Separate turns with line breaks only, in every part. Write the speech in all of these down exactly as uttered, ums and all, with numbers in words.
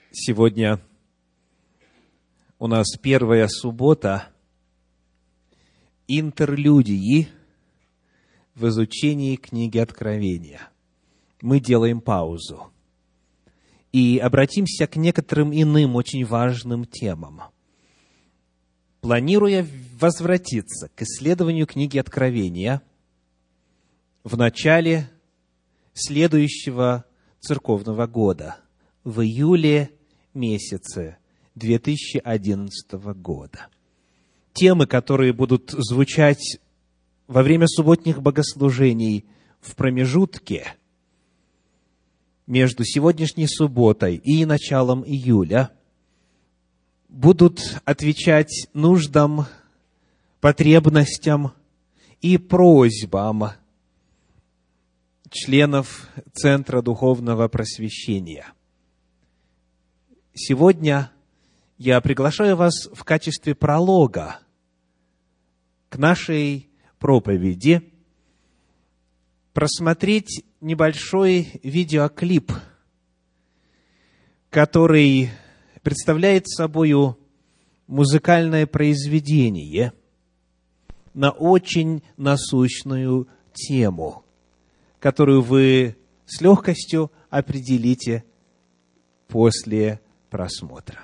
Сегодня у нас первая суббота интерлюдии в изучении книги Откровения. Мы делаем паузу и обратимся к некоторым иным очень важным темам, планируя возвратиться к исследованию книги Откровения в начале следующего церковного года, в июле месяце две тысячи одиннадцатого года. Темы, которые будут звучать во время субботних богослужений в промежутке между сегодняшней субботой и началом июля, будут отвечать нуждам, потребностям и просьбам членов Центра Духовного Просвещения. Сегодня я приглашаю вас в качестве пролога к нашей проповеди просмотреть небольшой видеоклип, который представляет собою музыкальное произведение на очень насущную тему, которую вы с легкостью определите после просмотра.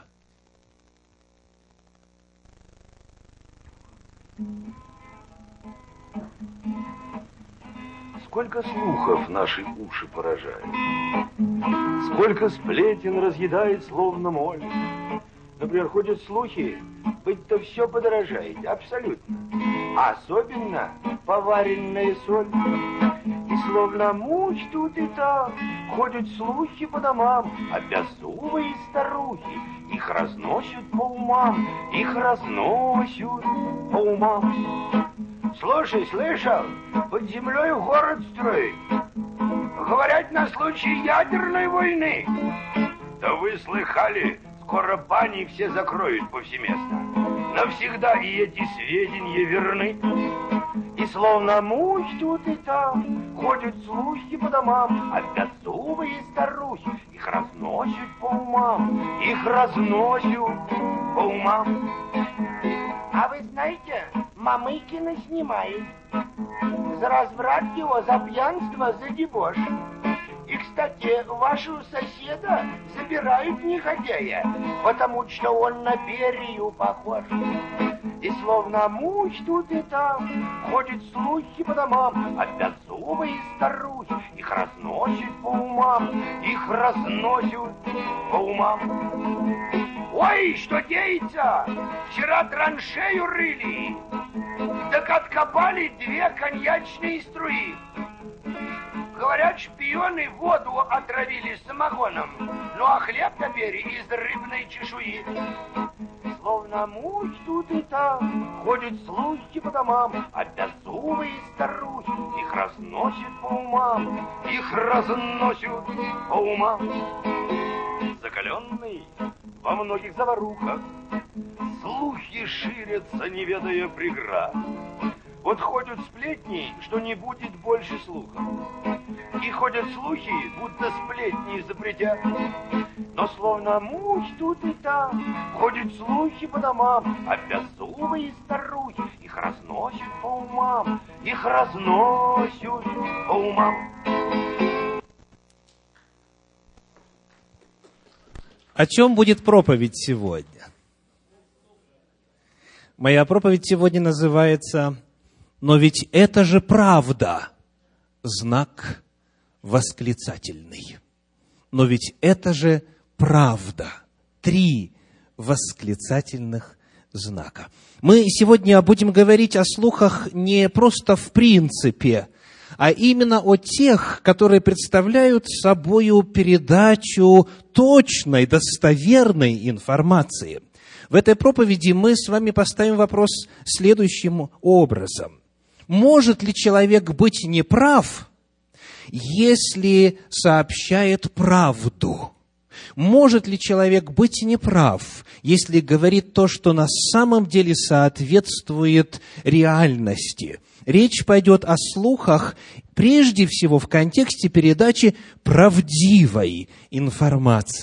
Сколько слухов наши уши поражают, сколько сплетен разъедает словно моль. Например, ходят слухи, быть-то все подорожает, абсолютно. Особенно поваренная соль. И словно муч тут и там ходят слухи по домам, а беззубые старухи их разносят по умам, их разносят по умам. Слушай, слышал, под землей город строить. Говорят, на случай ядерной войны. Да вы слыхали, скоро бани все закроют повсеместно. Навсегда и эти сведения верны. И словно муч тут и там ходят слухи по домам, а беззубые старухи их разносят по умам, их разносят по умам. А вы знаете, Мамыкина снимает за разврат его, за пьянство, за дебош. И, кстати, вашего соседа забирают негодяя, потому что он на Берию похож. И словно муч тут и там ходят слухи по домам, а беззубые старухи их разносят по умам, их разносят по умам. Ой, что деется? Вчера траншею рыли, так откопали две коньячные струи. Говорят, шпионы воду отравили самогоном, ну а хлеб теперь из рыбной чешуи. Словно муч тут и там ходят слухи по домам, а беззубые старухи их разносят по умам, их разносят по умам. Закаленный во многих заварухах, слухи ширятся, не ведая преград. Вот ходят сплетни, что не будет больше слухов. И ходят слухи, будто сплетни запретят. Но словно муч тут и там ходят слухи по домам, а беззубые старухи их разносят по умам, их разносят по умам.
О чем будет проповедь сегодня? Моя проповедь сегодня называется «Но ведь это же правда!» Знак восклицательный. Но ведь это же правда. Три восклицательных знака. Мы сегодня будем говорить о слухах не просто в принципе, а именно о тех, которые представляют собою передачу точной, достоверной информации. В этой проповеди мы с вами поставим вопрос следующим образом. Может ли человек быть неправ, если сообщает правду? Может ли человек быть неправ, если говорит то, что на самом деле соответствует реальности? Речь пойдет о слухах, прежде всего в контексте передачи правдивой информации.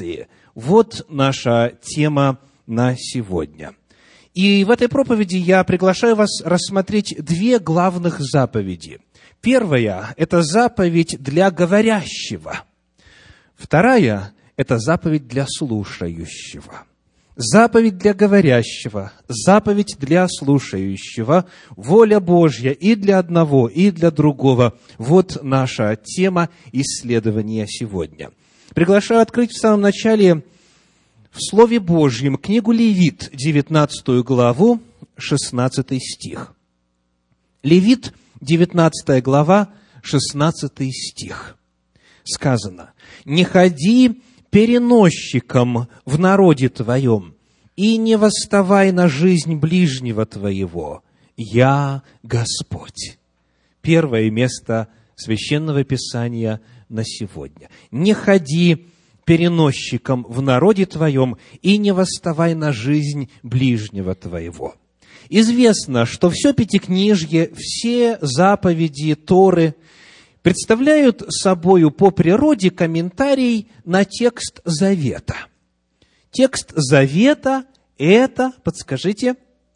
Вот наша тема на сегодня. И в этой проповеди я приглашаю вас рассмотреть две главных заповеди. Первая – это заповедь для говорящего. Вторая – это заповедь для слушающего. Заповедь для говорящего, заповедь для слушающего, воля Божья и для одного, и для другого. Вот наша тема исследования сегодня. Приглашаю открыть в самом начале в Слове Божьем книгу Левит, девятнадцатую главу, шестнадцатый стих. Левит, девятнадцатая глава, шестнадцатый стих. Сказано: «Не ходи переносчиком в народе твоем, и не восставай на жизнь ближнего твоего. Я Господь». Первое место Священного Писания на сегодня. «Не ходи переносчиком в народе твоем, и не восставай на жизнь ближнего твоего». Известно, что все Пятикнижье, все заповеди Торы представляют собою по природе комментарий на текст Завета. Текст Завета – это, подскажите,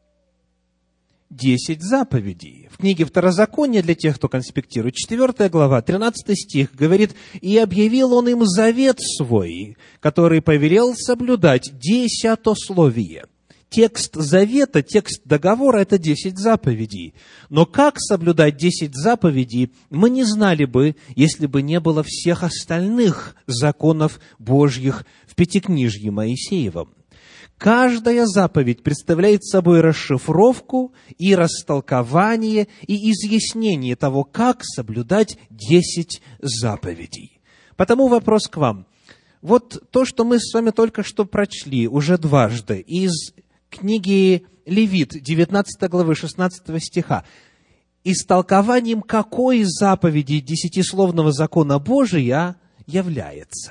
десять заповедей. В книге Второзакония, для тех, кто конспектирует, четвёртая глава, тринадцатый стих говорит: «И объявил он им завет свой, который повелел соблюдать десятословие». Текст завета, текст договора – это десять заповедей. Но как соблюдать десять заповедей, мы не знали бы, если бы не было всех остальных законов Божьих в Пятикнижье Моисеевом. Каждая заповедь представляет собой расшифровку и растолкование и изъяснение того, как соблюдать десять заповедей. Потому вопрос к вам. Вот то, что мы с вами только что прочли уже дважды из книги Левит, девятнадцатой главы, шестнадцатого стиха, истолкованием какой из заповедей десятисловного закона Божия является?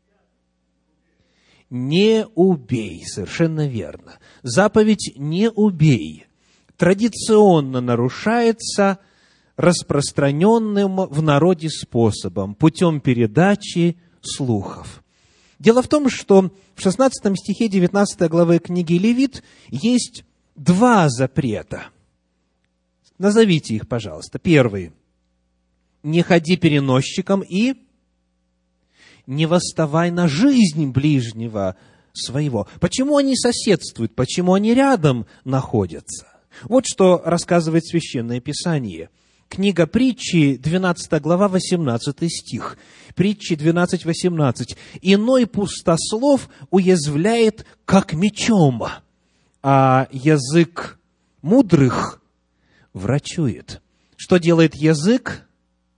Не убей, совершенно верно. Заповедь «не убей» традиционно нарушается распространенным в народе способом, путем передачи слухов. Дело в том, что в шестнадцатом стихе девятнадцатой главы книги Левит есть два запрета. Назовите их, пожалуйста. Первый – не ходи переносчиком, и не восставай на жизнь ближнего своего. Почему они соседствуют? Почему они рядом находятся? Вот что рассказывает Священное Писание. Книга Притчи, двенадцатая глава, восемнадцатый стих. Притчи двенадцать восемнадцать. «Иной пустослов уязвляет, как мечом, а язык мудрых врачует». Что делает язык?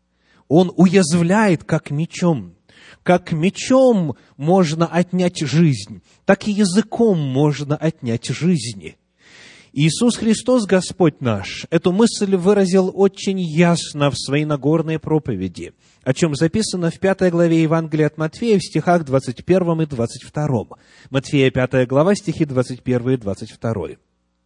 Он уязвляет, как мечом. Как мечом можно отнять жизнь, так и языком можно отнять жизни. Иисус Христос, Господь наш, эту мысль выразил очень ясно в своей Нагорной проповеди, о чем записано в пятой главе Евангелия от Матфея в стихах двадцать первом и двадцать втором. Матфея, пятая глава, стихи двадцать первый и двадцать второй.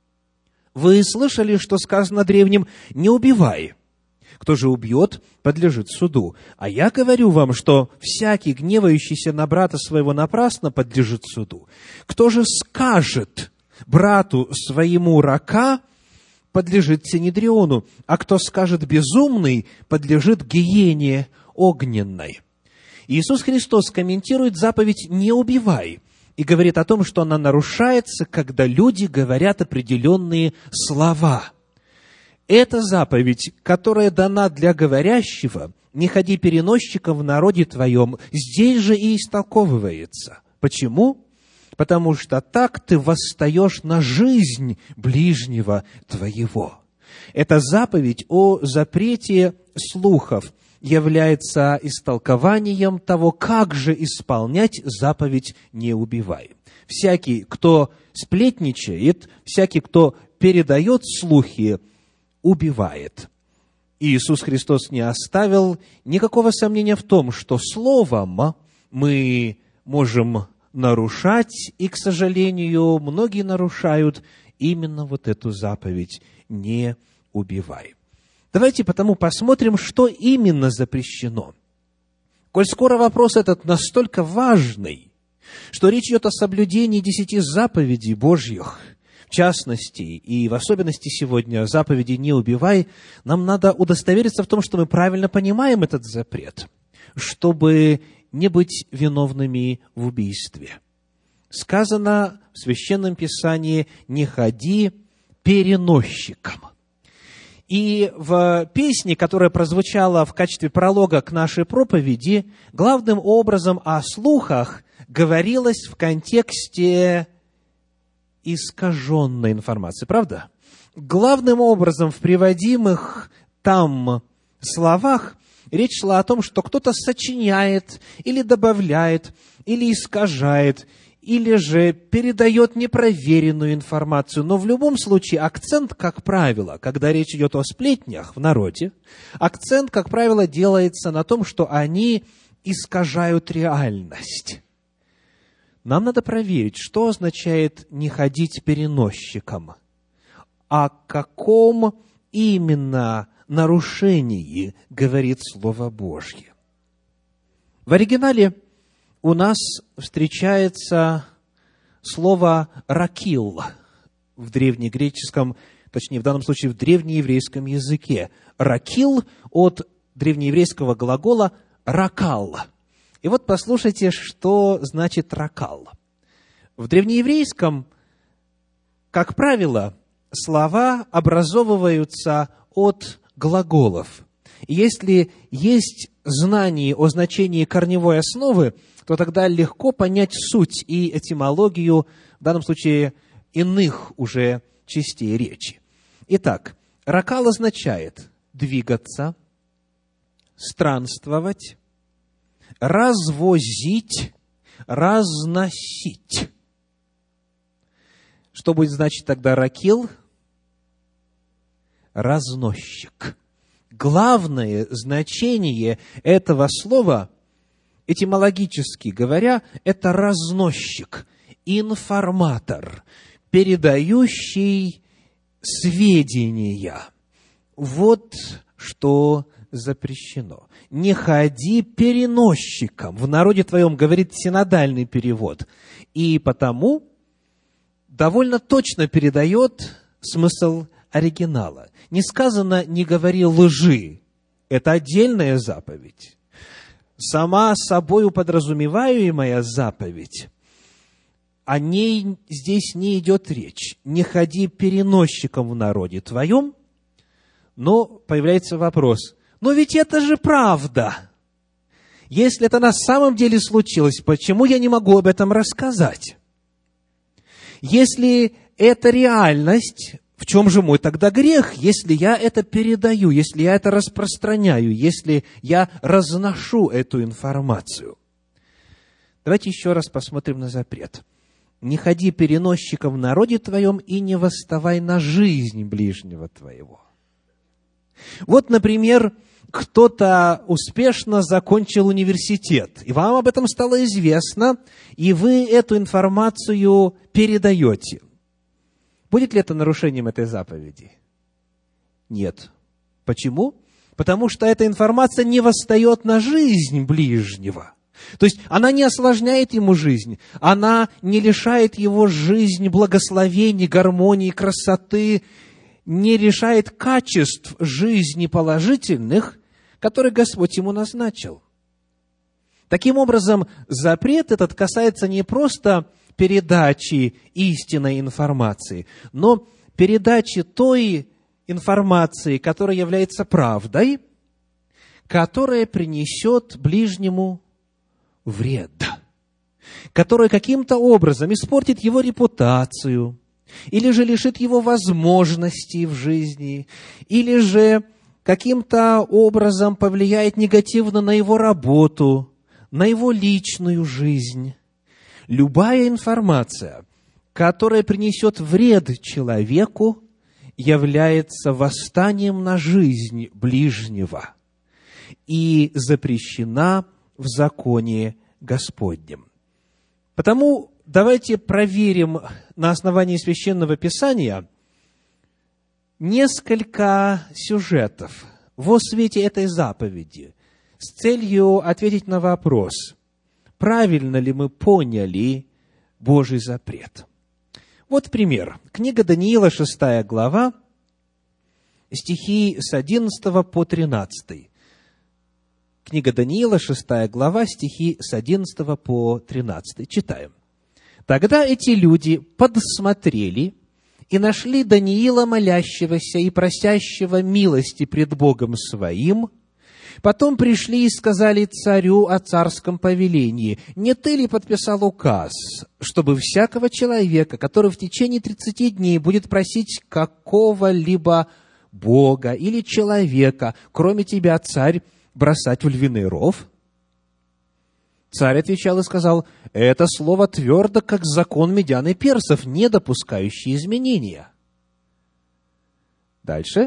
«Вы слышали, что сказано древним: не убивай. Кто же убьет, подлежит суду. А я говорю вам, что всякий, гневающийся на брата своего напрасно, подлежит суду. Кто же скажет брату своему рака, подлежит синедриону, а кто скажет безумный, подлежит гиене огненной». Иисус Христос комментирует заповедь «не убивай» и говорит о том, что она нарушается, когда люди говорят определенные слова. Эта заповедь, которая дана для говорящего, «не ходи переносчиком в народе твоем», здесь же и истолковывается. Почему? Потому что так ты восстаешь на жизнь ближнего твоего. Эта заповедь о запрете слухов является истолкованием того, как же исполнять заповедь «не убивай». Всякий, кто сплетничает, всякий, кто передает слухи, убивает. Иисус Христос не оставил никакого сомнения в том, что словом мы можем нарушать, и, к сожалению, многие нарушают именно вот эту заповедь «не убивай». Давайте потому посмотрим, что именно запрещено. Коль скоро вопрос этот настолько важный, что речь идет о соблюдении десяти заповедей Божьих, в частности, и в особенности сегодня заповеди «не убивай», нам надо удостовериться в том, что мы правильно понимаем этот запрет, чтобы не быть виновными в убийстве. Сказано в Священном Писании «не ходи переносчиком». И в песне, которая прозвучала в качестве пролога к нашей проповеди, главным образом о слухах говорилось в контексте искаженной информации, правда? Главным образом в приводимых там словах речь шла о том, что кто-то сочиняет или добавляет, или искажает, или же передает непроверенную информацию. Но в любом случае акцент, как правило, когда речь идет о сплетнях в народе, акцент, как правило, делается на том, что они искажают реальность. Нам надо проверить, что означает «не ходить переносчиком», о каком именно нарушении говорит Слово Божье. В оригинале у нас встречается слово «ракил» в древнегреческом, точнее, в данном случае в древнееврейском языке. «Ракил» от древнееврейского глагола «ракал». И вот послушайте, что значит «ракал». В древнееврейском, как правило, слова образовываются от глаголов. И если есть знание о значении корневой основы, то тогда легко понять суть и этимологию, в данном случае, иных уже частей речи. Итак, «ракал» означает двигаться, странствовать, развозить, разносить. Что будет значить тогда «ракил»? Разносчик. Главное значение этого слова, этимологически говоря, это разносчик, информатор, передающий сведения. Вот что запрещено. «Не ходи переносчиком». В народе твоем говорит синодальный перевод. И потому довольно точно передает смысл оригинала. Не сказано «не говори лжи». Это отдельная заповедь. Сама собою подразумеваемая заповедь, о ней здесь не идет речь. «Не ходи переносчиком в народе твоем». Но появляется вопрос: но ведь это же правда. Если это на самом деле случилось, почему я не могу об этом рассказать? Если это реальность, в чем же мой тогда грех, если я это передаю, если я это распространяю, если я разношу эту информацию? Давайте еще раз посмотрим на запрет. «Не ходи переносчиком в народе твоем и не восставай на жизнь ближнего твоего». Вот, например, кто-то успешно закончил университет, и вам об этом стало известно, и вы эту информацию передаете. Будет ли это нарушением этой заповеди? Нет. Почему? Потому что эта информация не восстает на жизнь ближнего. То есть она не осложняет ему жизнь, она не лишает его жизнь благословений, гармонии, красоты, не решает качеств жизни положительных, которые Господь ему назначил. Таким образом, запрет этот касается не просто передачи истинной информации, но передачи той информации, которая является правдой, которая принесет ближнему вред, которая каким-то образом испортит его репутацию, или же лишит его возможностей в жизни, или же каким-то образом повлияет негативно на его работу, на его личную жизнь. Любая информация, которая принесет вред человеку, является восстанием на жизнь ближнего и запрещена в законе Господнем. Потому давайте проверим на основании Священного Писания несколько сюжетов во свете этой заповеди с целью ответить на вопрос, правильно ли мы поняли Божий запрет. Вот пример. Книга Даниила, шестая глава, стихи с одиннадцатого по тринадцатый. Книга Даниила, шестая глава, стихи с одиннадцатого по тринадцатый. Читаем. «Тогда эти люди подсмотрели и нашли Даниила, молящегося и просящего милости пред Богом своим. Потом пришли и сказали царю о царском повелении: не ты ли подписал указ, чтобы всякого человека, который в течение тридцати дней будет просить какого-либо бога или человека, кроме тебя, царь, бросать в львиный ров?» Царь отвечал и сказал: это слово твердо, как закон медян и персов, не допускающий изменения. Дальше.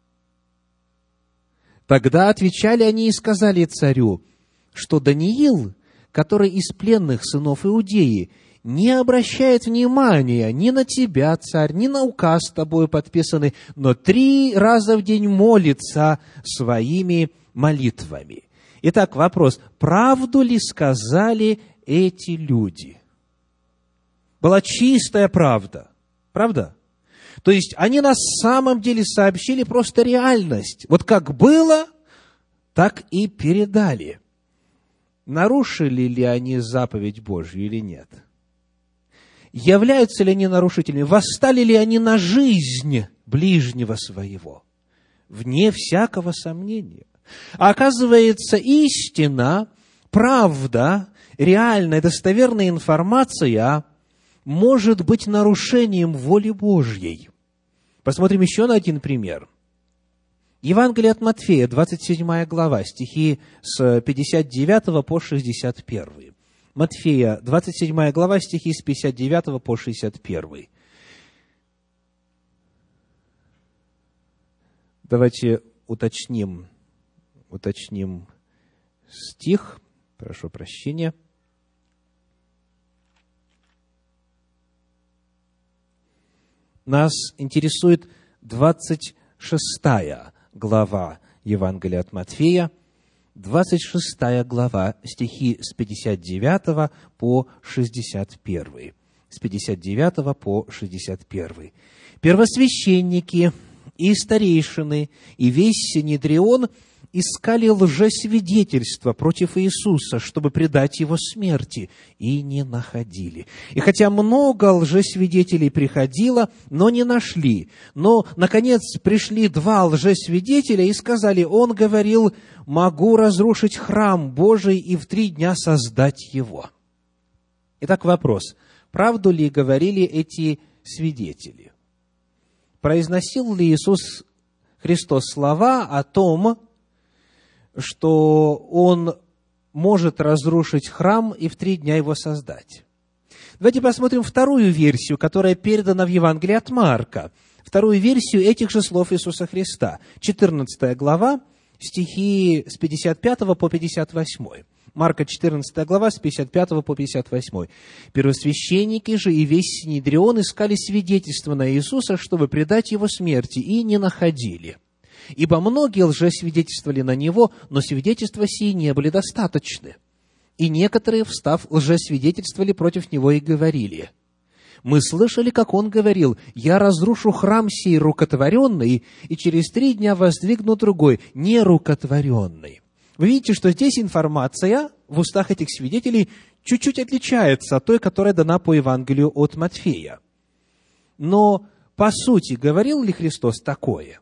Тогда отвечали они и сказали царю, что Даниил, который из пленных сынов Иудеи, не обращает внимания ни на тебя, царь, ни на указ тобою подписанный, но три раза в день молится своими молитвами. Итак, вопрос: правду ли сказали эти люди? Была чистая правда. Правда? То есть, они на самом деле сообщили просто реальность. Вот как было, так и передали. Нарушили ли они заповедь Божью или нет? Являются ли они нарушителями? Восстали ли они на жизнь ближнего своего? Вне всякого сомнения. А оказывается, истина, правда, реальная, достоверная информация может быть нарушением воли Божьей. Посмотрим еще на один пример. Евангелие от Матфея, двадцать седьмая глава, стихи с пятьдесят девятого по шестьдесят первый. Матфея, двадцать седьмая глава, стихи с пятьдесят девятого по шестьдесят первый. Давайте уточним, уточним стих. Прошу прощения. Нас интересует двадцать шестая глава Евангелия от Матфея, двадцать шестая глава, стихи с пятьдесят девятого по шестьдесят первый. С пятьдесят девятого по шестьдесят первый. «Первосвященники и старейшины, и весь Синедрион искали лжесвидетельства против Иисуса, чтобы предать Его смерти, и не находили. И хотя много лжесвидетелей приходило, но не нашли. Но, наконец, пришли два лжесвидетеля и сказали: Он говорил: могу разрушить храм Божий и в три дня создать его. Итак, вопрос: правду ли говорили эти свидетели? Произносил ли Иисус Христос слова о том, что Он может разрушить храм и в три дня его создать? Давайте посмотрим вторую версию, которая передана в Евангелии от Марка. Вторую версию этих же слов Иисуса Христа. четырнадцатая глава, стихи с пятьдесят пятого по пятьдесят восьмой. Марка, четырнадцатая глава, с пятьдесят пятого по пятьдесят восьмой. «Первосвященники же и весь Синедрион искали свидетельства на Иисуса, чтобы предать Его смерти, и не находили. Ибо многие лжесвидетельствовали на Него, но свидетельства сии не были достаточны. И некоторые, встав, лжесвидетельствовали против Него и говорили: мы слышали, как Он говорил: я разрушу храм сей рукотворенный, и через три дня воздвигну другой, нерукотворенный». Вы видите, что здесь информация в устах этих свидетелей чуть-чуть отличается от той, которая дана по Евангелию от Матфея. Но, по сути, говорил ли Христос такое?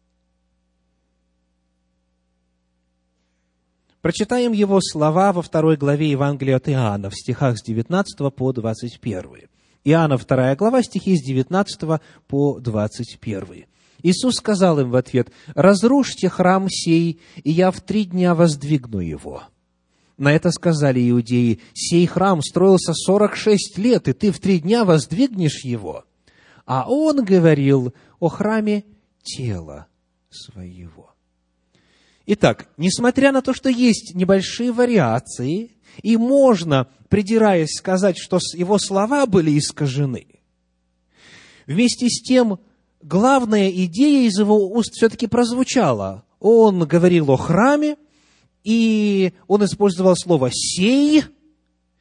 Прочитаем Его слова во второй главе Евангелия от Иоанна, в стихах с девятнадцатого по двадцать первый. Иоанна, вторая глава, стихи с девятнадцатого по двадцать первый. Иисус сказал им в ответ: «Разрушьте храм сей, и я в три дня воздвигну его». На это сказали иудеи: «Сей храм строился сорок шесть лет, и ты в три дня воздвигнешь его». А он говорил о храме тела своего. Итак, несмотря на то, что есть небольшие вариации, и можно, придираясь, сказать, что его слова были искажены, вместе с тем, главная идея из его уст все-таки прозвучала. Он говорил о храме, и он использовал слово «сей»,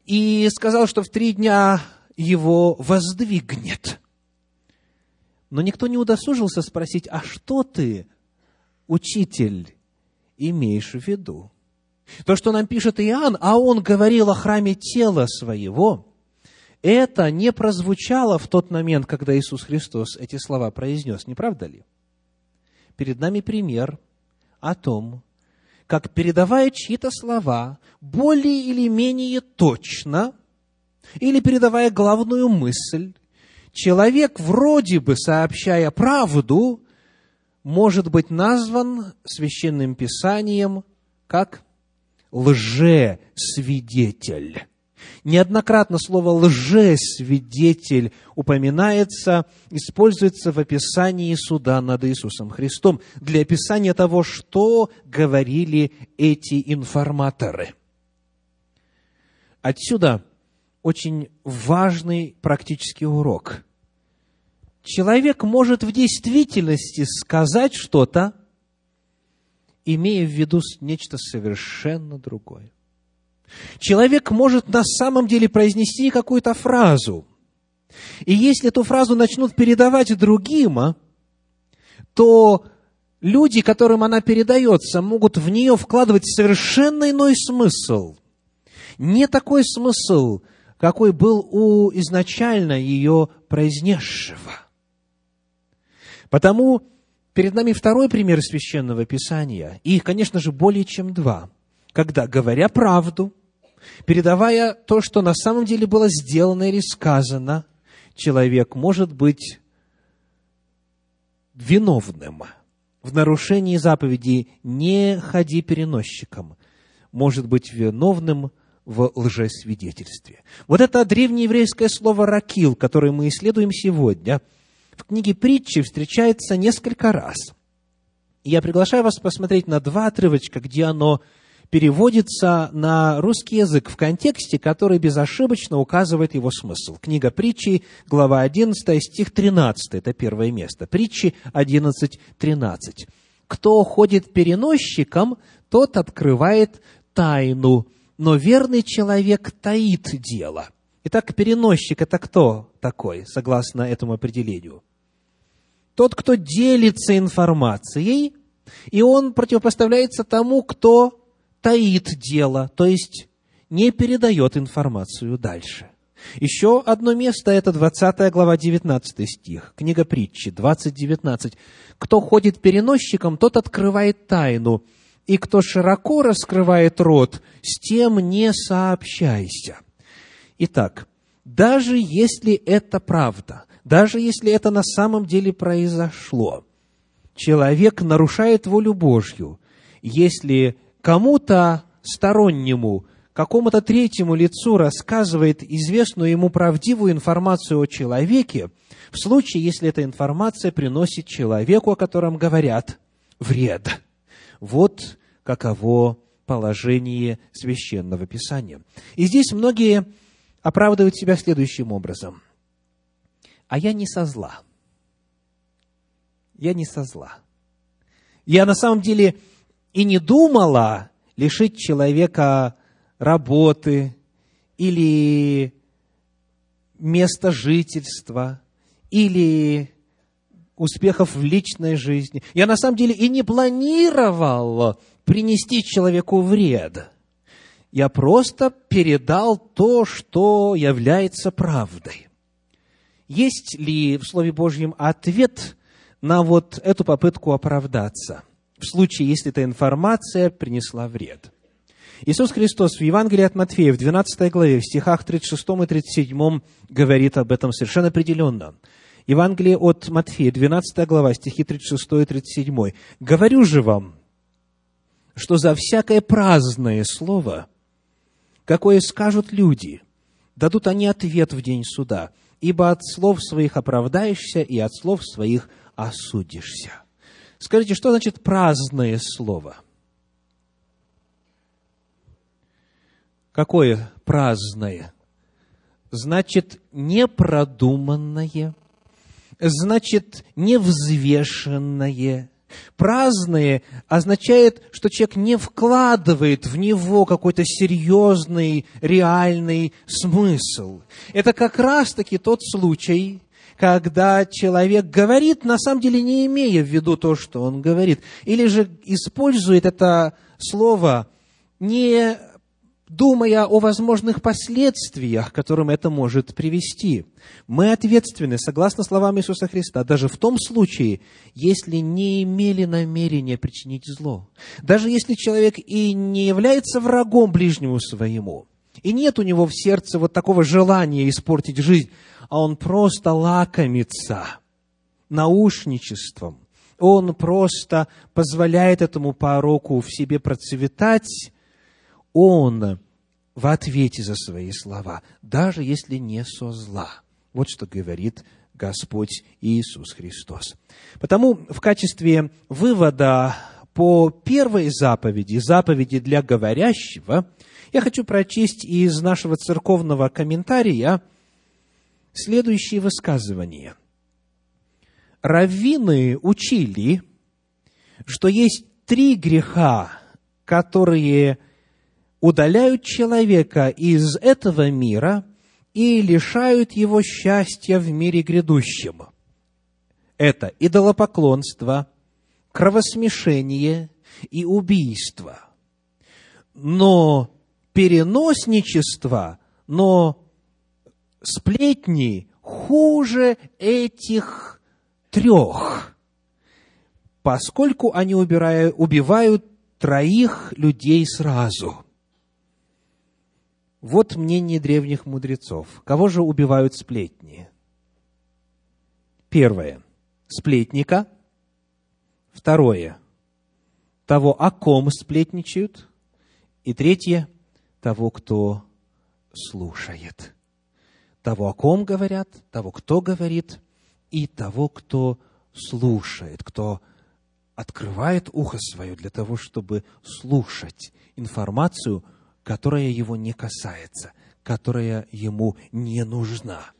и сказал, что в три дня его воздвигнет. Но никто не удосужился спросить: а что ты, учитель, имеешь в виду? То, что нам пишет Иоанн, а он говорил о храме тела своего, это не прозвучало в тот момент, когда Иисус Христос эти слова произнес, не правда ли? Перед нами пример о том, как, передавая чьи-то слова более или менее точно, или передавая главную мысль, человек, вроде бы сообщая правду, может быть назван Священным Писанием как лжесвидетель. Неоднократно слово «лжесвидетель» упоминается, используется в описании суда над Иисусом Христом для описания того, что говорили эти информаторы. Отсюда очень важный практический урок. Человек может в действительности сказать что-то, имея в виду нечто совершенно другое. Человек может на самом деле произнести какую-то фразу, и если эту фразу начнут передавать другим, то люди, которым она передается, могут в нее вкладывать совершенно иной смысл. Не такой смысл, какой был у изначально ее произнесшего. Потому перед нами второй пример из Священного Писания, и их, конечно же, более чем два, когда, говоря правду, передавая то, что на самом деле было сделано или сказано, человек может быть виновным в нарушении заповеди «не ходи переносчиком», может быть виновным в лжесвидетельстве. Вот это древнееврейское слово «ракил», которое мы исследуем сегодня, в книге «Притчи» встречается несколько раз. И я приглашаю вас посмотреть на два отрывочка, где оно переводится на русский язык в контексте, который безошибочно указывает его смысл. Книга Притчи, глава одиннадцатая, стих тринадцатый, это первое место. Притчи одиннадцать тринадцать. «Кто ходит переносчиком, тот открывает тайну, но верный человек таит дело». Итак, переносчик – это кто такой, согласно этому определению? Тот, кто делится информацией, и он противопоставляется тому, кто таит дело, то есть не передает информацию дальше. Еще одно место – это двадцатая глава, девятнадцатый стих, книга Притчи, двадцать девятнадцать. «Кто ходит переносчиком, тот открывает тайну, и кто широко раскрывает рот, с тем не сообщайся». Итак, даже если это правда, даже если это на самом деле произошло, человек нарушает волю Божью, если кому-то стороннему, какому-то третьему лицу рассказывает известную ему правдивую информацию о человеке, в случае, если эта информация приносит человеку, о котором говорят, вред. Вот каково положение Священного Писания. И здесь многие оправдывают себя следующим образом. А я не со зла. Я не со зла. Я на самом деле и не думала лишить человека работы или места жительства, или успехов в личной жизни. Я на самом деле и не планировал принести человеку вред. Я просто передал то, что является правдой. Есть ли в Слове Божьем ответ на вот эту попытку оправдаться, в случае, если эта информация принесла вред? Иисус Христос в Евангелии от Матфея, в двенадцатой главе, в стихах тридцать шестом и тридцать седьмом говорит об этом совершенно определенно. Евангелие от Матфея, двенадцатая глава, стихи тридцать шестой и тридцать седьмой. «Говорю же вам, что за всякое праздное слово, какое скажут люди, дадут они ответ в день суда, ибо от слов своих оправдаешься и от слов своих осудишься». Скажите, что значит праздное слово? Какое праздное? Значит, непродуманное, значит, невзвешенное, Праздные означает, что человек не вкладывает в него какой-то серьезный, реальный смысл. Это как раз-таки тот случай, когда человек говорит, на самом деле не имея в виду то, что он говорит, или же использует это слово, не думая о возможных последствиях, к которым это может привести. Мы ответственны, согласно словам Иисуса Христа, даже в том случае, если не имели намерения причинить зло. Даже если человек и не является врагом ближнему своему, и нет у него в сердце вот такого желания испортить жизнь, а он просто лакомится наушничеством, он просто позволяет этому пороку в себе процветать, он в ответе за свои слова, даже если не со зла. Вот что говорит Господь Иисус Христос. Потому в качестве вывода по первой заповеди, заповеди для говорящего, я хочу прочесть из нашего церковного комментария следующее высказывание. Раввины учили, что есть три греха, которые удаляют человека из этого мира и лишают его счастья в мире грядущем. Это идолопоклонство, кровосмешение и убийство. Но переносничество, но сплетни хуже этих трех, поскольку они убирают, убивают троих людей сразу. Вот мнение древних мудрецов. Кого же убивают сплетни? Первое – сплетника. Второе – того, о ком сплетничают. И третье – того, кто слушает. Того, о ком говорят, того, кто говорит, и того, кто слушает, кто открывает ухо свое для того, чтобы слушать информацию, которая его не касается, которая ему не нужна.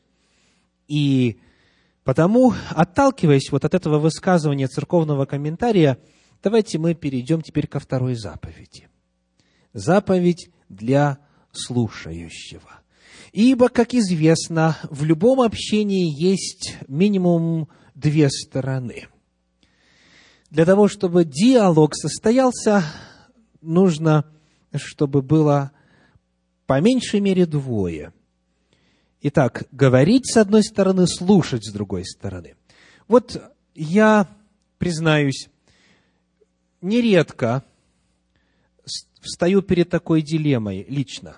И потому, отталкиваясь вот от этого высказывания церковного комментария, давайте мы перейдем теперь ко второй заповеди. Заповедь для слушающего. Ибо, как известно, в любом общении есть минимум две стороны. Для того, чтобы диалог состоялся, нужно, чтобы было по меньшей мере двое. Итак, говорить с одной стороны, слушать с другой стороны. Вот я, признаюсь, нередко встаю перед такой дилеммой лично.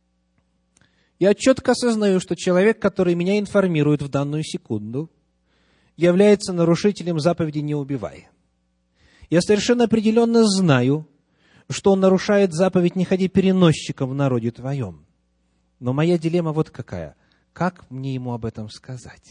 Я четко осознаю, что человек, который меня информирует в данную секунду, является нарушителем заповеди «не убивай». Я совершенно определенно знаю, что он нарушает заповедь «не ходи переносчиком в народе твоем». Но моя дилемма вот какая. Как мне ему об этом сказать?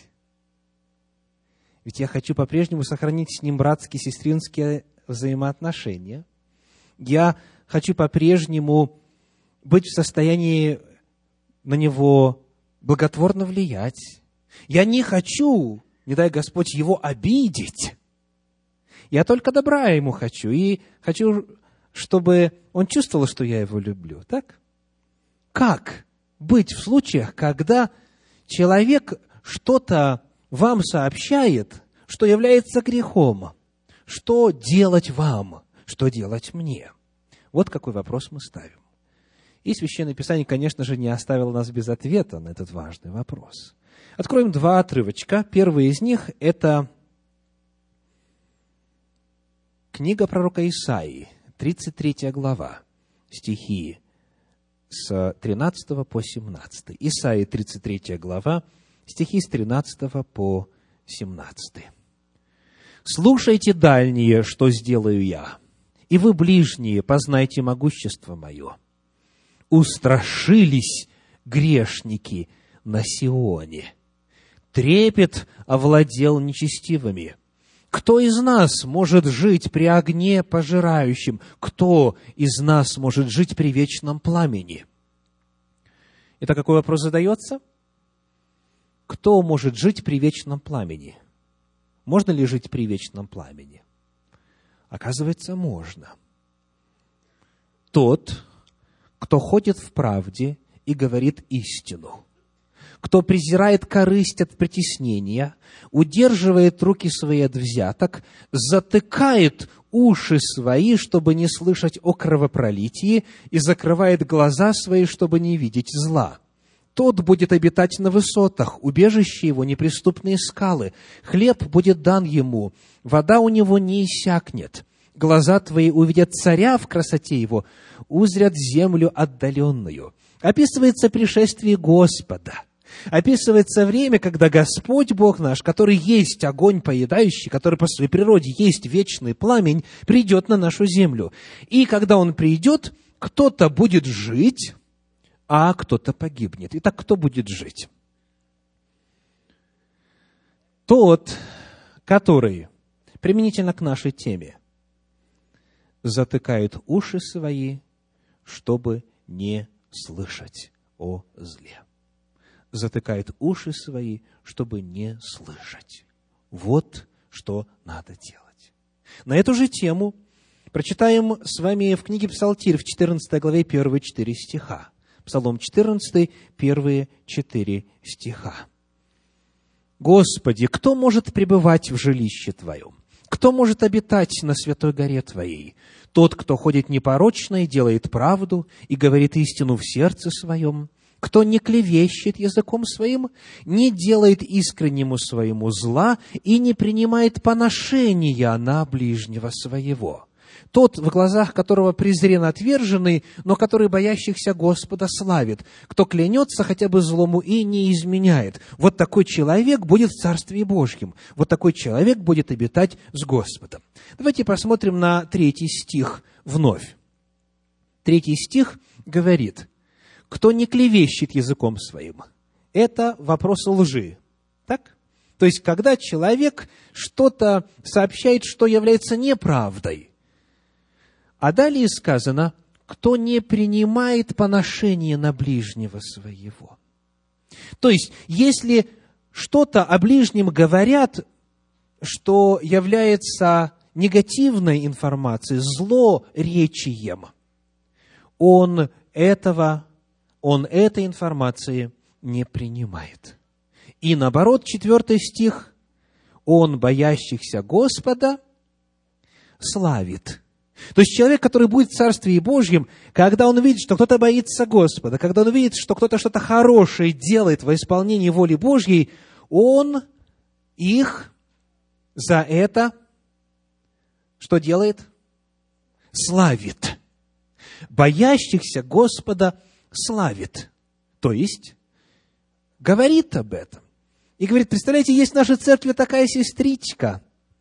Ведь я хочу по-прежнему сохранить с ним братские, сестринские взаимоотношения. Я хочу по-прежнему быть в состоянии на него благотворно влиять. Я не хочу, не дай Господь, его обидеть. Я только добра ему хочу. И хочу, чтобы он чувствовал, что я его люблю. Так? Как быть в случаях, когда человек что-то вам сообщает, что является грехом? Что делать вам? Что делать мне? Вот какой вопрос мы ставим. И Священное Писание, конечно же, не оставило нас без ответа на этот важный вопрос. Откроем два отрывочка. Первый из них – это книга пророка Исаии, тридцать третья глава, стихи с тринадцатого по семнадцатый. Исаии, тридцать третья глава, стихи с тринадцатого по семнадцатый. «Слушайте, дальние, что сделаю я, и вы, ближние, познайте могущество мое. Устрашились грешники на Сионе. Трепет овладел нечестивыми. Кто из нас может жить при огне пожирающем? Кто из нас может жить при вечном пламени?» Это какой вопрос задается? Кто может жить при вечном пламени? Можно ли жить при вечном пламени? Оказывается, можно. Тот, кто ходит в правде и говорит истину, кто презирает корысть от притеснения, удерживает руки свои от взяток, затыкает уши свои, чтобы не слышать о кровопролитии, и закрывает глаза свои, чтобы не видеть зла. Тот будет обитать на высотах, убежище его неприступные скалы, хлеб будет дан ему, вода у него не иссякнет. Глаза твои увидят царя в красоте его, узрят землю отдаленную. Описывается пришествие Господа. Описывается время, когда Господь Бог наш, который есть огонь поедающий, который по своей природе есть вечный пламень, придет на нашу землю. И когда Он придет, кто-то будет жить, а кто-то погибнет. Итак, кто будет жить? Тот, который, применительно к нашей теме, затыкает уши свои, чтобы не слышать о зле. Затыкает уши свои, чтобы не слышать. Вот что надо делать. На эту же тему прочитаем с вами в книге Псалтирь в четырнадцатой главе первые четыре стиха. Псалом четырнадцатый, первые четыре стиха. «Господи, кто может пребывать в жилище Твоем? Кто может обитать на святой горе Твоей? Тот, кто ходит непорочно и делает правду, и говорит истину в сердце своем, кто не клевещет языком своим, не делает искреннему своему зла и не принимает поношения на ближнего своего. Тот, в глазах которого презрен отверженный, но который боящихся Господа славит, кто клянется хотя бы злому и не изменяет. Вот такой человек будет в Царстве Божьем. Вот такой человек будет обитать с Господом». Давайте посмотрим на третий стих вновь. Третий стих говорит: «Кто не клевещет языком своим». Это вопрос лжи. Так? То есть, когда человек что-то сообщает, что является неправдой. А далее сказано: кто не принимает поношение на ближнего своего. То есть, если что-то о ближнем говорят, что является негативной информацией, злоречием, он этого, он этой информации не принимает. И наоборот, четвертый стих: он, боящихся Господа, славит. То есть человек, который будет в Царстве Божьем, когда он видит, что кто-то боится Господа, когда он видит, что кто-то что-то хорошее делает во исполнении воли Божьей, он их за это что делает? Славит. Боящихся Господа славит. То есть говорит об этом. И говорит: представляете, есть в нашей церкви такая сестричка.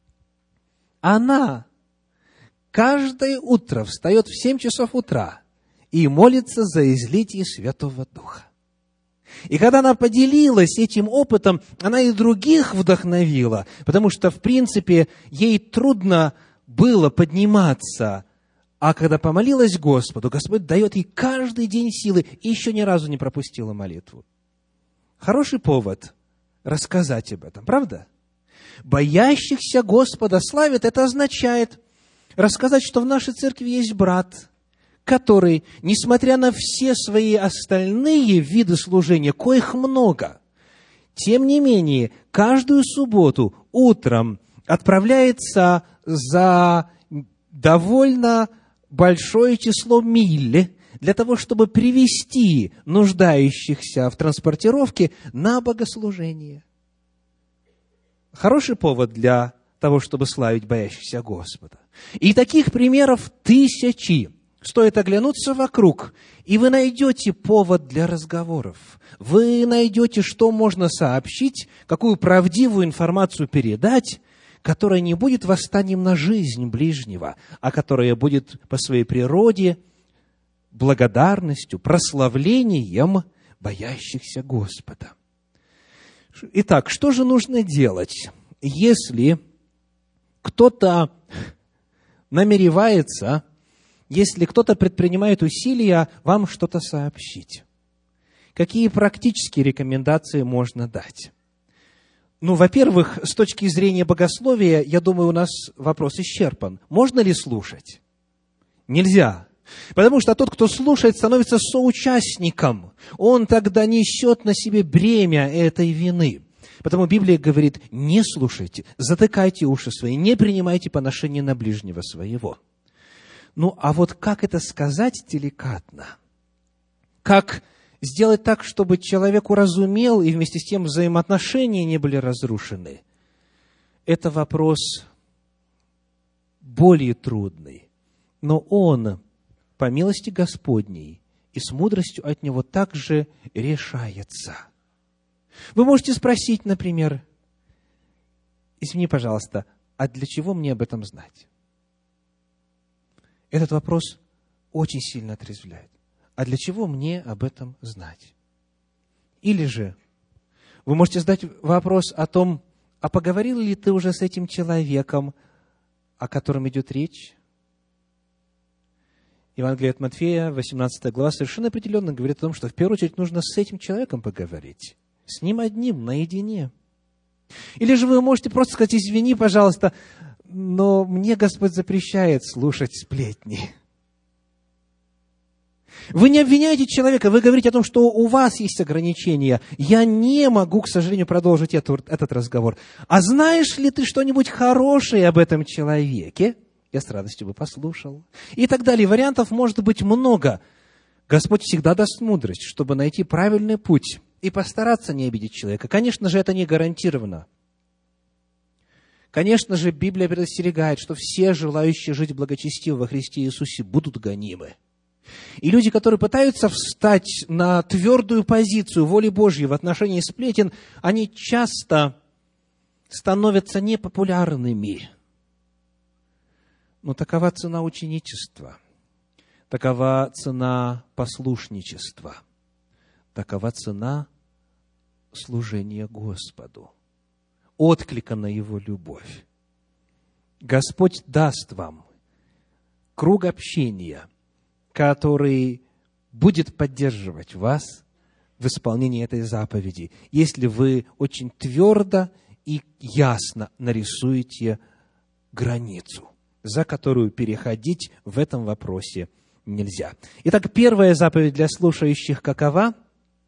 Она каждое утро встает в семь часов утра и молится за излитие Святого Духа. И когда она поделилась этим опытом, она и других вдохновила, потому что, в принципе, ей трудно было подниматься, а когда помолилась Господу, Господь дает ей каждый день силы и еще ни разу не пропустила молитву. Хороший повод рассказать об этом, правда? Боящихся Господа славит, это означает рассказать, что в нашей церкви есть брат, который, несмотря на все свои остальные виды служения, коих много, тем не менее, каждую субботу утром отправляется за довольно большое число миль для того, чтобы привести нуждающихся в транспортировке на богослужение. Хороший повод для того, чтобы славить боящихся Господа. И таких примеров тысячи. Стоит оглянуться вокруг, и вы найдете повод для разговоров. Вы найдете, что можно сообщить, какую правдивую информацию передать, которая не будет восстанием на жизнь ближнего, а которая будет по своей природе благодарностью, прославлением боящихся Господа. Итак, что же нужно делать, если кто-то намеревается, если кто-то предпринимает усилия вам что-то сообщить? Какие практические рекомендации можно дать? Ну, во-первых, с точки зрения богословия, я думаю, у нас вопрос исчерпан. Можно ли слушать? Нельзя. Потому что тот, кто слушает, становится соучастником. Он тогда несет на себе бремя этой вины. Потому Библия говорит: не слушайте, затыкайте уши свои, не принимайте поношение на ближнего своего. Ну, а вот как это сказать деликатно? Как сделать так, чтобы человек уразумел, и вместе с тем взаимоотношения не были разрушены? Это вопрос более трудный. Но он, по милости Господней и с мудростью от Него, также решается. Вы можете спросить, например: извини, пожалуйста, а для чего мне об этом знать? Этот вопрос очень сильно отрезвляет. А для чего мне об этом знать? Или же вы можете задать вопрос о том, а поговорил ли ты уже с этим человеком, о котором идет речь? Евангелие от Матфея, восемнадцатая глава, совершенно определенно говорит о том, что в первую очередь нужно с этим человеком поговорить. С ним одним, наедине. Или же вы можете просто сказать: извини, пожалуйста, но мне Господь запрещает слушать сплетни. Вы не обвиняете человека, вы говорите о том, что у вас есть ограничения. Я не могу, к сожалению, продолжить эту, этот разговор. А знаешь ли ты что-нибудь хорошее об этом человеке? Я с радостью бы послушал. И так далее. Вариантов может быть много. Господь всегда даст мудрость, чтобы найти правильный путь и постараться не обидеть человека. Конечно же, это не гарантированно. Конечно же, Библия предостерегает, что все желающие жить благочестиво во Христе Иисусе будут гонимы. И люди, которые пытаются встать на твердую позицию воли Божьей в отношении сплетен, они часто становятся непопулярными. Но такова цена ученичества, такова цена послушничества, такова цена служения Господу, отклика на Его любовь. Господь даст вам круг общения, который будет поддерживать вас в исполнении этой заповеди, если вы очень твердо и ясно нарисуете границу, за которую переходить в этом вопросе нельзя. Итак, первая заповедь для слушающих какова?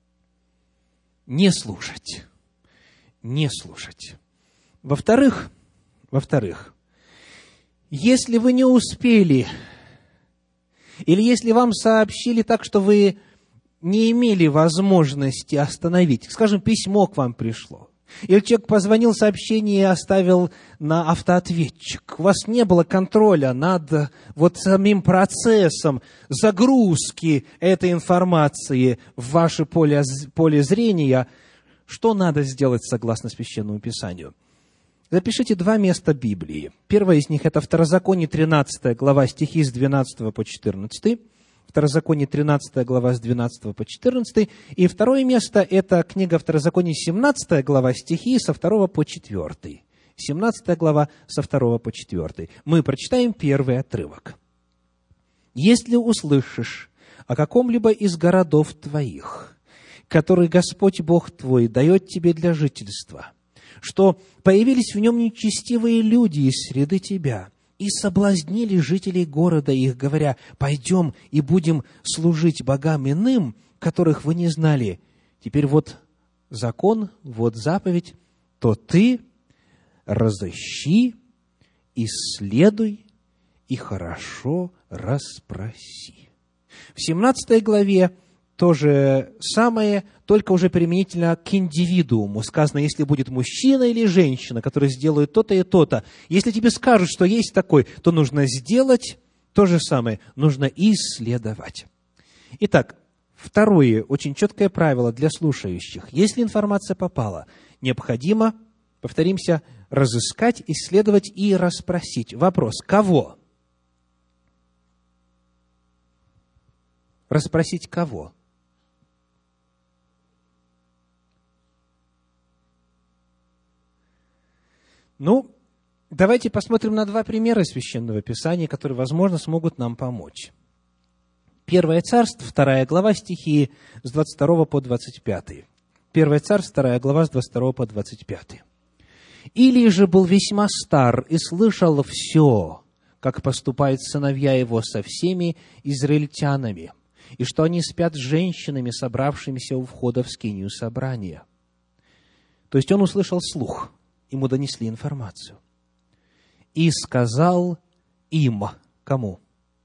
Не слушать. Не слушать. Во-вторых, во-вторых, если вы не успели, или если вам сообщили так, что вы не имели возможности остановить, скажем, письмо к вам пришло, или человек позвонил, сообщение и оставил на автоответчик, у вас не было контроля над вот самим процессом загрузки этой информации в ваше поле, поле зрения, что надо сделать согласно Священному Писанию? Запишите два места Библии. Первое из них – это Второзаконие, тринадцатая глава, стихи с двенадцатого по четырнадцатый. Второзаконие, тринадцатая глава, с двенадцатого по четырнадцатый. И второе место – это книга Второзаконие, семнадцатая глава, стихи со второго по четвёртый. семнадцатая глава, со второго по четвёртый. Мы прочитаем первый отрывок. «Если услышишь о каком-либо из городов твоих, который Господь Бог твой дает тебе для жительства, что появились в нем нечестивые люди из среды тебя и соблазнили жителей города их, говоря: пойдем и будем служить богам иным, которых вы не знали. Теперь вот закон, вот заповедь, то ты разыщи, исследуй и хорошо расспроси». В семнадцатой главе то же самое, только уже применительно к индивидууму. Сказано: если будет мужчина или женщина, которые сделают то-то и то-то, если тебе скажут, что есть такой, то нужно сделать то же самое, нужно исследовать. Итак, второе, очень четкое правило для слушающих. Если информация попала, необходимо, повторимся, разыскать, исследовать и расспросить. Вопрос: кого? Расспросить кого? Ну, давайте посмотрим на два примера Священного Писания, которые, возможно, смогут нам помочь. Первое Царство, вторая глава, стихи с двадцать второго по двадцать пятый. Первое Царство, вторая глава, с двадцать второго по двадцать пятый. Или же был весьма стар и слышал все, как поступают сыновья его со всеми израильтянами, и что они спят с женщинами, собравшимися у входа в скинию собрания. То есть он услышал слух, ему донесли информацию. И сказал им, кому?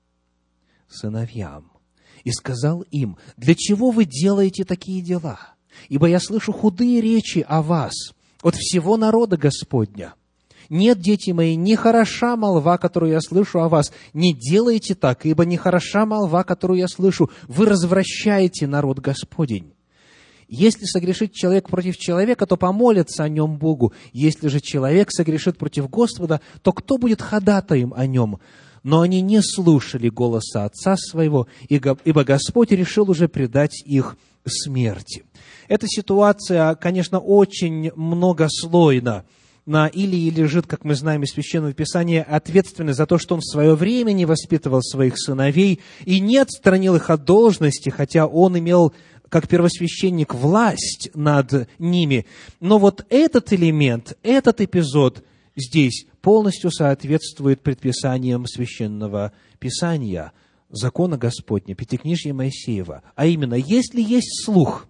Сыновьям. И сказал им: для чего вы делаете такие дела? Ибо я слышу худые речи о вас от всего народа Господня. Нет, дети мои, не хороша молва, которую я слышу о вас. Не делайте так, ибо не хороша молва, которую я слышу. Вы развращаете народ Господень. Если согрешит человек против человека, то помолятся о нем Богу. Если же человек согрешит против Господа, то кто будет ходатаем о нем? Но они не слушали голоса отца своего, ибо Господь решил уже предать их смерти. Эта ситуация, конечно, очень многослойна. На Илии лежит, как мы знаем из Священного Писания, ответственность за то, что он в свое время не воспитывал своих сыновей и не отстранил их от должности, хотя он имел как первосвященник власть над ними. Но вот этот элемент, этот эпизод здесь полностью соответствует предписаниям Священного Писания, закона Господня, Пятикнижья Моисеева. А именно, если есть слух,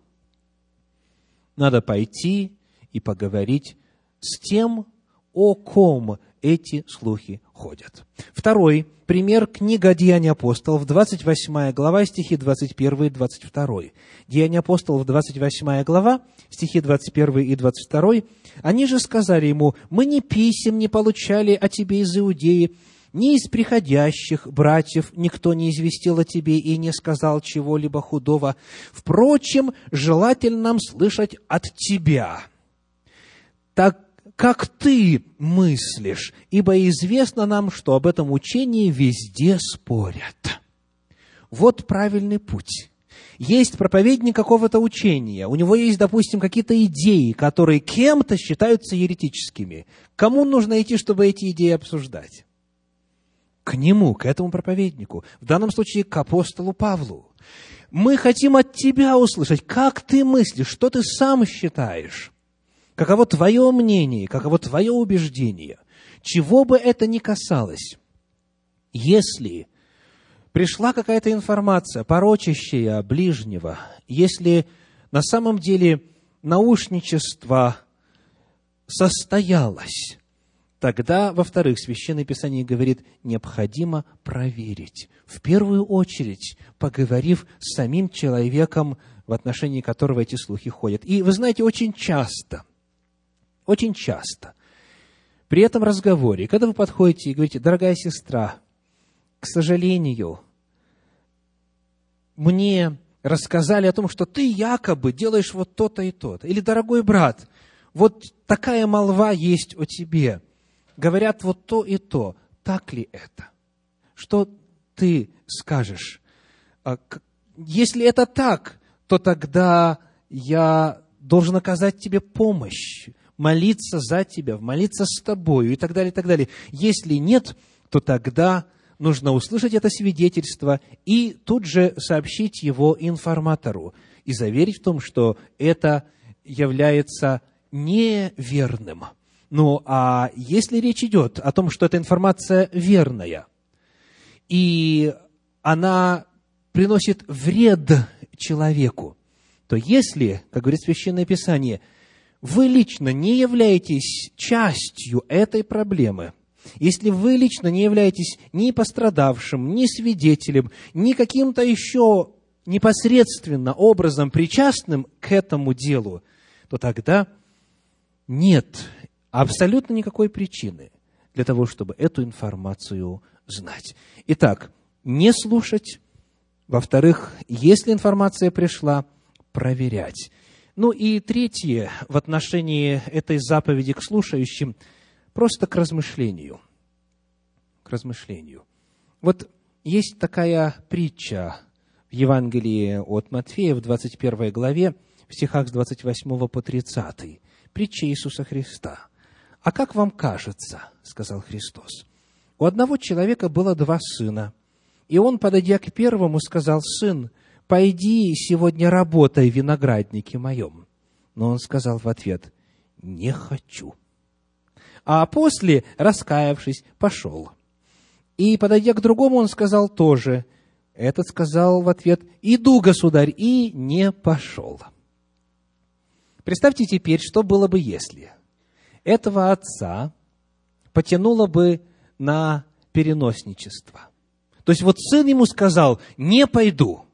надо пойти и поговорить с тем, о ком эти слухи ходят. Второй пример — книга «Деяния апостолов», двадцать восьмая глава, стихи двадцать первый и двадцать второй. «Деяния апостолов», двадцать восьмая глава, стихи двадцать первый и двадцать второй. «Они же сказали ему: мы ни писем не получали о тебе из Иудеи, ни из приходящих братьев никто не известил о тебе и не сказал чего-либо худого. Впрочем, желательно нам слышать от тебя, так как ты мыслишь, ибо известно нам, что об этом учении везде спорят». Вот правильный путь. Есть проповедник какого-то учения, у него есть, допустим, какие-то идеи, которые кем-то считаются еретическими. Кому нужно идти, чтобы эти идеи обсуждать? К нему, к этому проповеднику. В данном случае к апостолу Павлу. Мы хотим от тебя услышать, как ты мыслишь, что ты сам считаешь. Каково твое мнение, каково твое убеждение, чего бы это ни касалось. Если пришла какая-то информация, порочащая ближнего, если на самом деле наушничество состоялось, тогда, во-вторых, Священное Писание говорит, необходимо проверить. В первую очередь, поговорив с самим человеком, в отношении которого эти слухи ходят. И вы знаете, очень часто, очень часто, при этом разговоре, когда вы подходите и говорите: дорогая сестра, к сожалению, мне рассказали о том, что ты якобы делаешь вот то-то и то-то. Или, дорогой брат, вот такая молва есть о тебе. Говорят вот то и то. Так ли это? Что ты скажешь? Если это так, то тогда я должен оказать тебе помощь, молиться за тебя, молиться с тобою и так далее, и так далее. Если нет, то тогда нужно услышать это свидетельство и тут же сообщить его информатору и заверить в том, что это является неверным. Ну, а если речь идет о том, что эта информация верная, и она приносит вред человеку, то если, как говорит Священное Писание, вы лично не являетесь частью этой проблемы, если вы лично не являетесь ни пострадавшим, ни свидетелем, ни каким-то еще непосредственно образом причастным к этому делу, то тогда нет абсолютно никакой причины для того, чтобы эту информацию знать. Итак, не слушать. Во-вторых, если информация пришла, проверять. Ну и третье, в отношении этой заповеди к слушающим, просто к размышлению. К размышлению. Вот есть такая притча в Евангелии от Матфея в двадцать первой главе, в стихах с двадцать восьмого по тридцатый. Притча Иисуса Христа. «А как вам кажется, — сказал Христос, — у одного человека было два сына, и он, подойдя к первому, сказал: сын, пойди сегодня работай в винограднике моем. Но он сказал в ответ: не хочу. а после, раскаявшись, пошел. И, подойдя к другому, он сказал тоже. Этот сказал в ответ: иду, государь, и не пошел. Представьте теперь, что было бы, если этого отца потянуло бы на переносничество. То есть вот сын ему сказал: не пойду.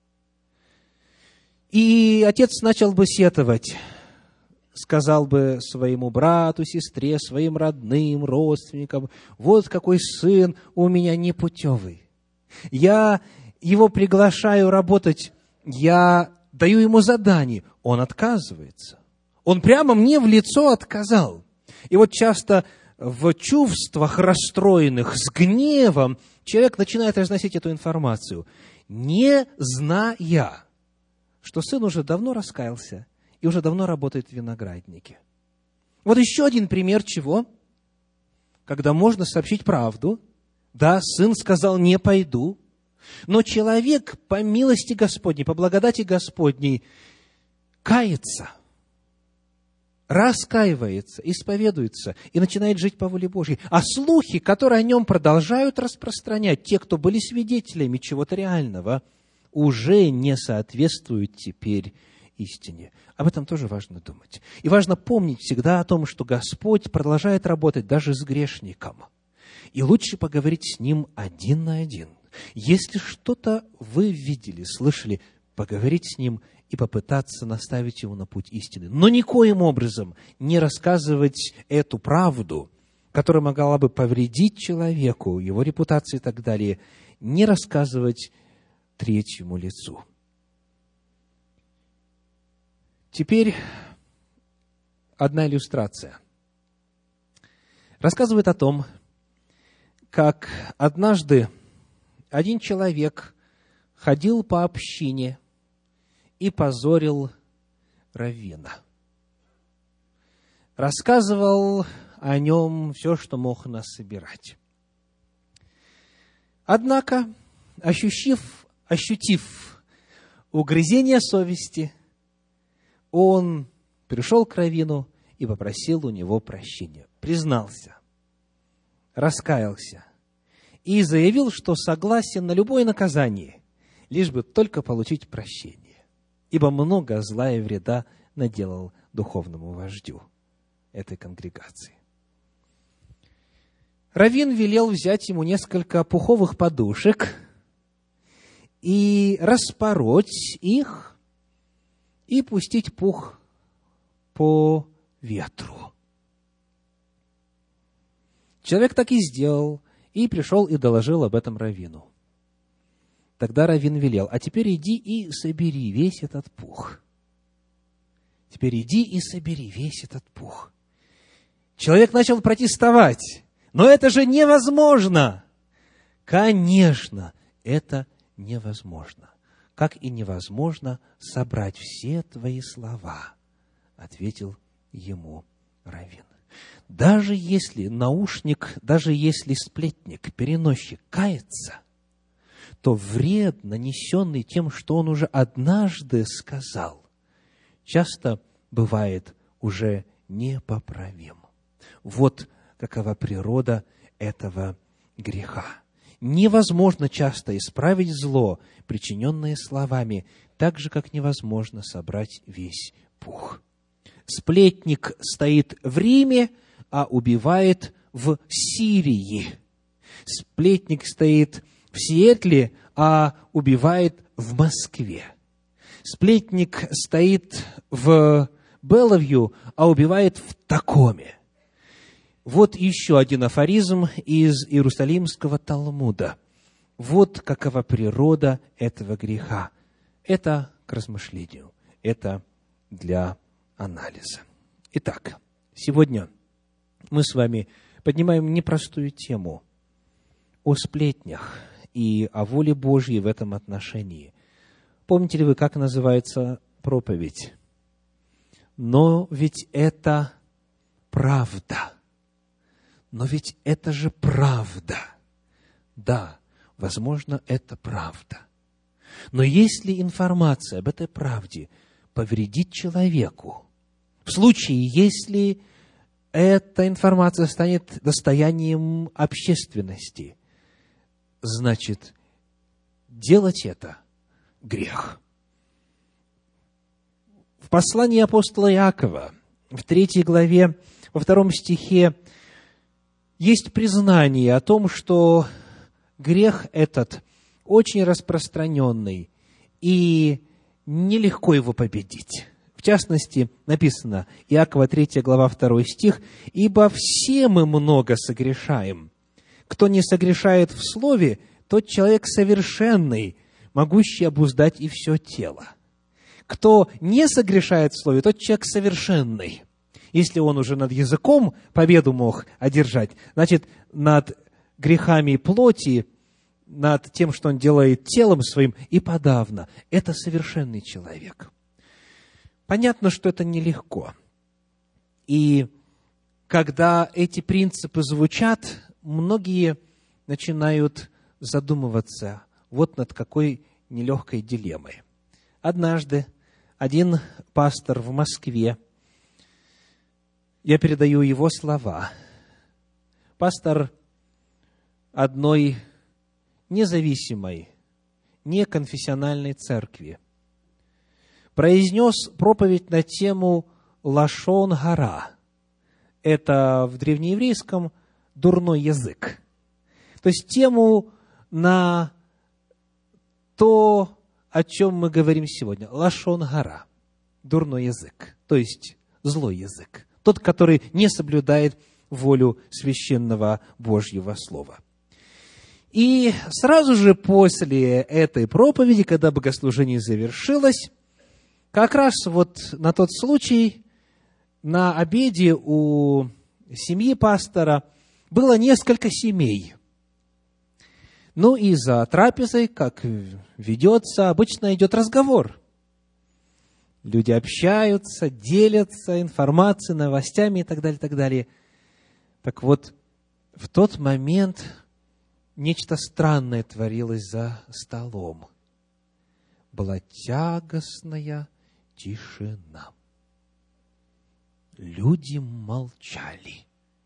И отец начал бы сетовать, сказал бы своему брату, сестре, своим родным, родственникам: вот какой сын у меня непутевый. Я его приглашаю работать, я даю ему задание, он отказывается. Он прямо мне в лицо отказал. И вот часто в чувствах расстроенных, с гневом, человек начинает разносить эту информацию, не зная, что сын уже давно раскаялся и уже давно работает в винограднике. Вот еще один пример чего? Когда можно сообщить правду. Да, сын сказал: не пойду. Но человек по милости Господней, по благодати Господней кается, раскаивается, исповедуется и начинает жить по воле Божьей. А слухи, которые о нем продолжают распространять те, кто были свидетелями чего-то реального, уже не соответствуют теперь истине. Об этом тоже важно думать. И важно помнить всегда о том, что Господь продолжает работать даже с грешником. И лучше поговорить с ним один на один. Если что-то вы видели, слышали, поговорить с ним и попытаться наставить его на путь истины. Но никоим образом не рассказывать эту правду, которая могла бы повредить человеку, его репутации и так далее, не рассказывать третьему лицу. Теперь одна иллюстрация. Рассказывает о том, как однажды один человек ходил по общине и позорил раввина. Рассказывал о нем все, что мог насобирать. Однако, ощутив, ощутив угрызение совести, он пришел к раввину и попросил у него прощения. Признался, раскаялся и заявил, что согласен на любое наказание, лишь бы только получить прощение, ибо много зла и вреда наделал духовному вождю этой конгрегации. Раввин велел взять ему несколько пуховых подушек и распороть их, и пустить пух по ветру. Человек так и сделал, и пришел и доложил об этом раввину. Тогда раввин велел: а теперь иди и собери весь этот пух. Теперь иди и собери весь этот пух. Человек начал протестовать. Но это же невозможно! Конечно, это невозможно. Как и невозможно собрать все твои слова, ответил ему раввин. Даже если наушник, даже если сплетник, переносчик кается, то вред, нанесенный тем, что он уже однажды сказал, часто бывает уже непоправим. Вот какова природа этого греха. Невозможно часто исправить зло, причиненное словами, так же, как невозможно собрать весь пух. Сплетник стоит в Риме, а убивает в Сирии. Сплетник стоит в Сиэтле, а убивает в Москве. Сплетник стоит в Беловью, а убивает в Такоме. Вот еще один афоризм из Иерусалимского Талмуда. Вот какова природа этого греха. Это к размышлению, это для анализа. Итак, сегодня мы с вами поднимаем непростую тему о сплетнях и о воле Божьей в этом отношении. Помните ли вы, как называется проповедь? Но ведь это правда. Но ведь это же правда. Да, возможно, это правда. Но если информация об этой правде повредит человеку, в случае, если эта информация станет достоянием общественности, значит, делать это грех. В послании апостола Иакова, в третьей главе, во втором стихе, есть признание о том, что грех этот очень распространенный, и нелегко его победить. В частности, написано, Иакова третья глава, второй стих, «Ибо все мы много согрешаем. Кто не согрешает в слове, тот человек совершенный, могущий обуздать и все тело. Кто не согрешает в слове, тот человек совершенный». Если он уже над языком победу мог одержать, значит, над грехами плоти, над тем, что он делает телом своим, и подавно. Это совершенный человек. Понятно, что это нелегко. И когда эти принципы звучат, многие начинают задумываться вот над какой нелегкой дилеммой. Однажды один пастор в Москве, я передаю его слова, пастор одной независимой, неконфессиональной церкви, произнес проповедь на тему «Лашон гара». Это в древнееврейском дурной язык. То есть тему на то, о чем мы говорим сегодня. Лашон гара. Дурной язык. То есть злой язык. Тот, который не соблюдает волю священного Божьего Слова. И сразу же после этой проповеди, когда богослужение завершилось, как раз вот на тот случай, на обеде у семьи пастора было несколько семей. Ну и за трапезой, как ведется, обычно идет разговор. Люди общаются, делятся информацией, новостями и так далее, так далее. Так вот, в тот момент нечто странное творилось за столом. Была тягостная тишина. Люди молчали.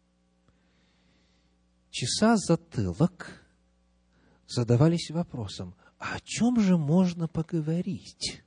Чеса затылок, задавались вопросом, а о чем же можно поговорить?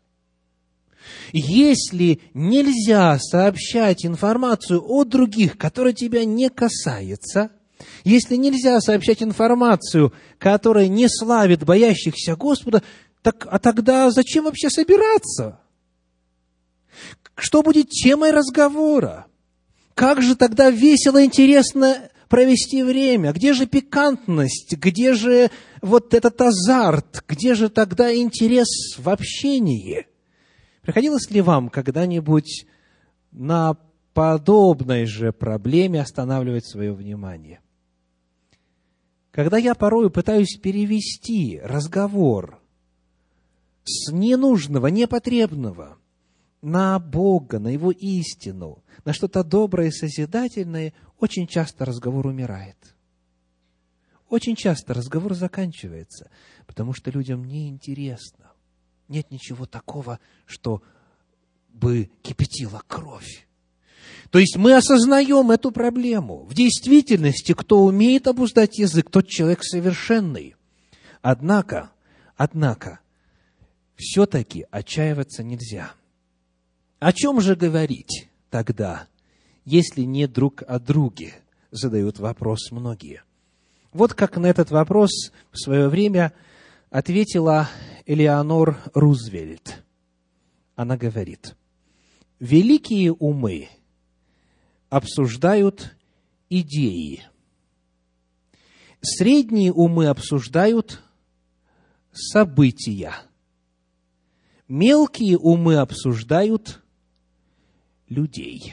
Если нельзя сообщать информацию о других, которая тебя не касается, если нельзя сообщать информацию, которая не славит боящихся Господа, так, а тогда зачем вообще собираться? Что будет темой разговора? Как же тогда весело, интересно провести время? Где же пикантность? Где же вот этот азарт? Где же тогда интерес в общении? Приходилось ли вам когда-нибудь на подобной же проблеме останавливать свое внимание? Когда я порою пытаюсь перевести разговор с ненужного, непотребного на Бога, на Его истину, на что-то доброе и созидательное, очень часто разговор умирает. Очень часто разговор заканчивается, потому что людям неинтересно. Нет ничего такого, что бы кипятило кровь. То есть мы осознаем эту проблему. В действительности, кто умеет обуздать язык, тот человек совершенный. Однако, однако, все-таки отчаиваться нельзя. О чем же говорить тогда, если не друг о друге, задают вопрос многие. Вот как на этот вопрос в свое время ответила Элеонор Рузвельт. Она говорит, великие умы обсуждают идеи, средние умы обсуждают события, мелкие умы обсуждают людей.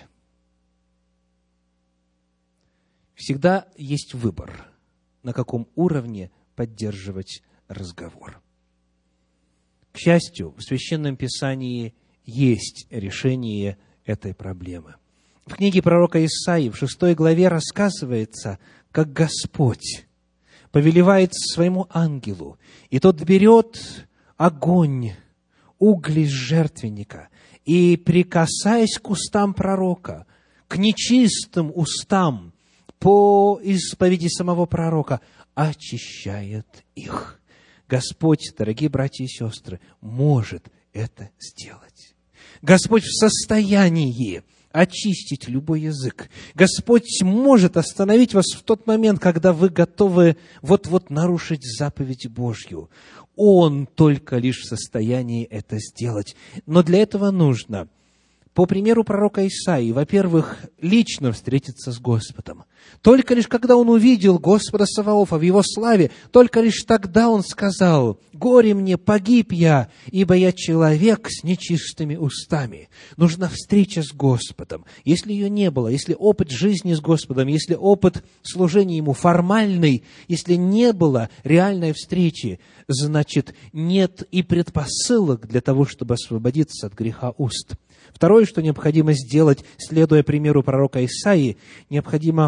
Всегда есть выбор, на каком уровне поддерживать разговор. К счастью, в Священном Писании есть решение этой проблемы. В книге пророка Исаии в шестой главе рассказывается, как Господь повелевает своему ангелу, и тот берет огонь, угли с жертвенника, и, прикасаясь к устам пророка, к нечистым устам по исповеди самого пророка очищает их. Господь, дорогие братья и сестры, может это сделать. Господь в состоянии очистить любой язык. Господь может остановить вас в тот момент, когда вы готовы вот-вот нарушить заповедь Божью. Он только лишь в состоянии это сделать. Но для этого нужно, по примеру пророка Исаии, во-первых, лично встретиться с Господом. Только лишь когда он увидел Господа Саваофа в его славе, только лишь тогда он сказал: «Горе мне, погиб я, ибо я человек с нечистыми устами». Нужна встреча с Господом. Если ее не было, если опыт жизни с Господом, если опыт служения Ему формальный, если не было реальной встречи, значит, нет и предпосылок для того, чтобы освободиться от греха уст. Второе, что необходимо сделать, следуя примеру пророка Исаии, необходимо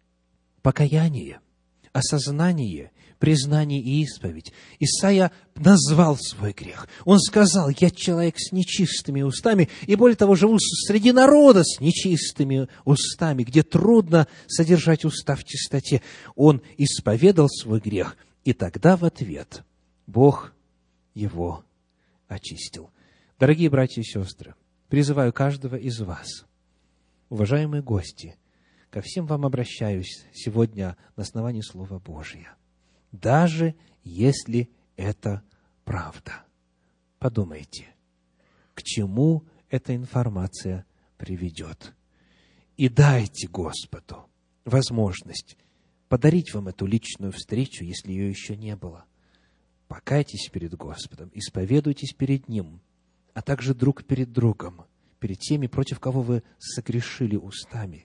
покаяние, осознание, признание и исповедь. Исаия назвал свой грех. Он сказал: «Я человек с нечистыми устами, и более того, живу среди народа с нечистыми устами, где трудно содержать уста в чистоте». Он исповедал свой грех, и тогда в ответ Бог его очистил. Дорогие братья и сестры, призываю каждого из вас, уважаемые гости, ко всем вам обращаюсь сегодня на основании Слова Божия. Даже если это правда, подумайте, к чему эта информация приведет. И дайте Господу возможность подарить вам эту личную встречу, если ее еще не было. Покайтесь перед Господом, исповедуйтесь перед Ним, а также друг перед другом, перед теми, против кого вы согрешили устами.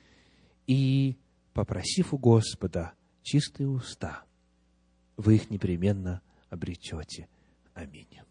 И, попросив у Господа чистые уста, вы их непременно обретете. Аминь.